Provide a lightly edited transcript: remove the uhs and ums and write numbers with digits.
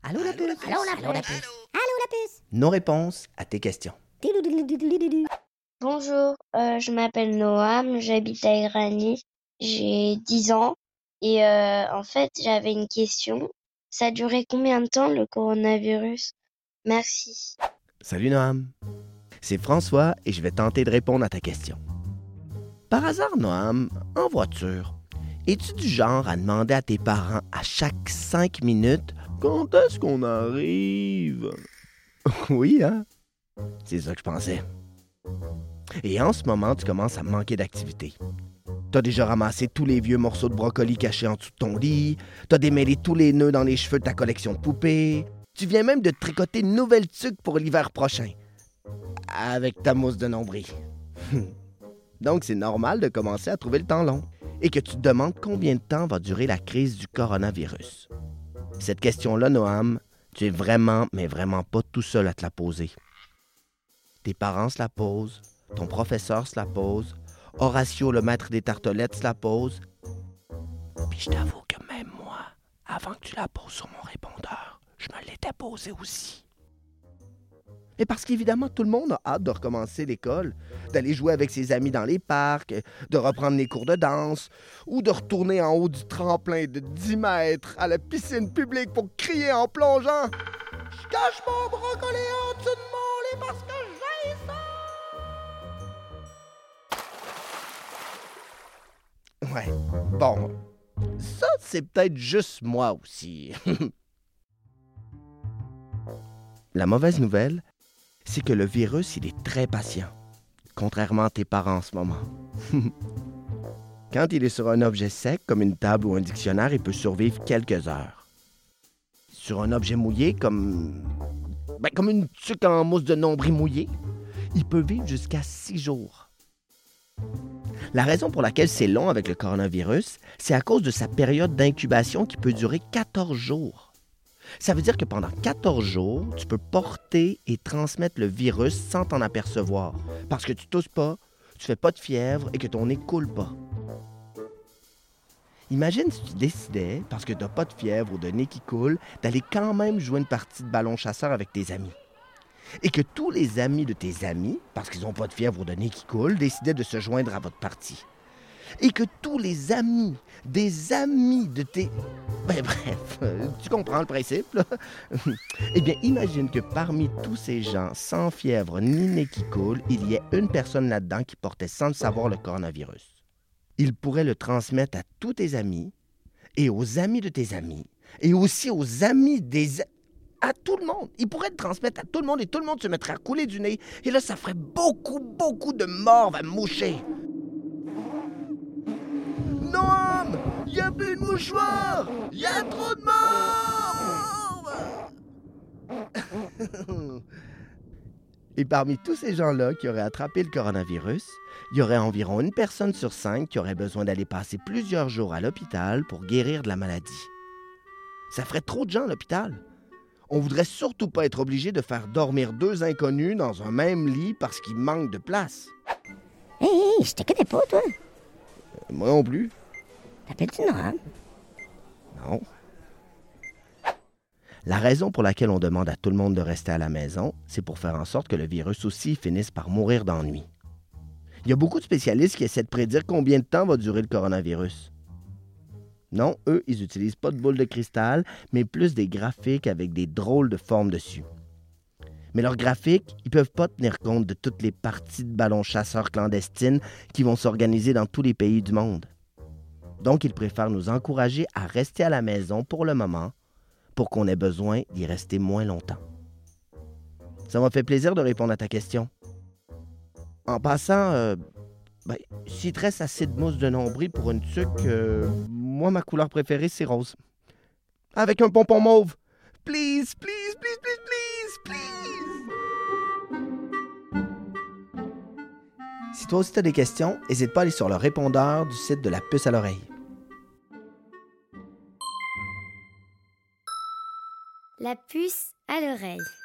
Allô la puce? Allô la puce? Allô la puce? Nos réponses à tes questions. Bonjour, je m'appelle Noam, j'habite à Irani, j'ai 10 ans et en fait j'avais une question. Ça a duré combien de temps le coronavirus? Merci. Salut Noam. C'est François et je vais tenter de répondre à ta question. Par hasard, Noam, en voiture, es-tu du genre à demander à tes parents à chaque 5 minutes quand est-ce qu'on arrive? Oui, hein? C'est ça que je pensais. Et en ce moment, tu commences à manquer d'activité. T'as déjà ramassé tous les vieux morceaux de brocoli cachés en dessous de ton lit, t'as démêlé tous les nœuds dans les cheveux de ta collection de poupées, tu viens même de te tricoter une nouvelle tuque pour l'hiver prochain. Avec ta mousse de nombril. Donc, c'est normal de commencer à trouver le temps long et que tu te demandes combien de temps va durer la crise du coronavirus. Cette question-là, Noam, tu es vraiment, mais vraiment pas tout seul à te la poser. Tes parents se la posent, ton professeur se la pose, Horatio, le maître des tartelettes, se la pose. Puis je t'avoue que même moi, avant que tu la poses sur mon répondeur, je me l'étais posée aussi. Et parce qu'évidemment, tout le monde a hâte de recommencer l'école, d'aller jouer avec ses amis dans les parcs, de reprendre les cours de danse, ou de retourner en haut du tremplin de 10 mètres à la piscine publique pour crier en plongeant « Je cache mon brocoli en dessous de mon lit parce que j'ai ça! » Ouais, bon, ça c'est peut-être juste moi aussi. La mauvaise nouvelle, c'est que le virus, il est très patient, contrairement à tes parents en ce moment. Quand il est sur un objet sec, comme une table ou un dictionnaire, il peut survivre quelques heures. Sur un objet mouillé, comme une tuque en mousse de nombril mouillé, il peut vivre jusqu'à 6 jours. La raison pour laquelle c'est long avec le coronavirus, c'est à cause de sa période d'incubation qui peut durer 14 jours. Ça veut dire que pendant 14 jours, tu peux porter et transmettre le virus sans t'en apercevoir. Parce que tu tousses pas, tu fais pas de fièvre et que ton nez coule pas. Imagine si tu décidais, parce que tu n'as pas de fièvre ou de nez qui coule, d'aller quand même jouer une partie de ballon chasseur avec tes amis. Et que tous les amis de tes amis, parce qu'ils n'ont pas de fièvre ou de nez qui coule, décidaient de se joindre à votre partie. Et que tous les amis, des amis de tes... bref, tu comprends le principe, là? Eh bien, imagine que parmi tous ces gens sans fièvre ni nez qui coule, il y ait une personne là-dedans qui portait sans le savoir le coronavirus. Il pourrait le transmettre à tous tes amis, et aux amis de tes amis, et aussi aux amis des... à tout le monde. Il pourrait le transmettre à tout le monde, et tout le monde se mettrait à couler du nez, et là, ça ferait beaucoup de morve à moucher. Non! Il n'y a plus de mouchoirs! Il y a trop de morts! Et parmi tous ces gens-là qui auraient attrapé le coronavirus, il y aurait environ 1 personne sur 5 qui aurait besoin d'aller passer plusieurs jours à l'hôpital pour guérir de la maladie. Ça ferait trop de gens à l'hôpital. On voudrait surtout pas être obligé de faire dormir 2 inconnus dans un même lit parce qu'il manque de place. Hey, je te connais pas, toi. Moi non plus. T'appelles-tu Noam? Non. La raison pour laquelle on demande à tout le monde de rester à la maison, c'est pour faire en sorte que le virus aussi finisse par mourir d'ennui. Il y a beaucoup de spécialistes qui essaient de prédire combien de temps va durer le coronavirus. Non, eux, ils n'utilisent pas de boules de cristal, mais plus des graphiques avec des drôles de formes dessus. Mais leurs graphiques, ils ne peuvent pas tenir compte de toutes les parties de ballons chasseurs clandestines qui vont s'organiser dans tous les pays du monde. Donc, ils préfèrent nous encourager à rester à la maison pour le moment, pour qu'on ait besoin d'y rester moins longtemps. Ça m'a fait plaisir de répondre à ta question. En passant, s'il te reste assez de mousse de nombril pour une tuque, moi, ma couleur préférée, c'est rose. Avec un pompon mauve. Please, please, please, please, please, please! Si toi aussi tu as des questions, n'hésite pas à aller sur le répondeur du site de la puce à l'oreille. La puce à l'oreille.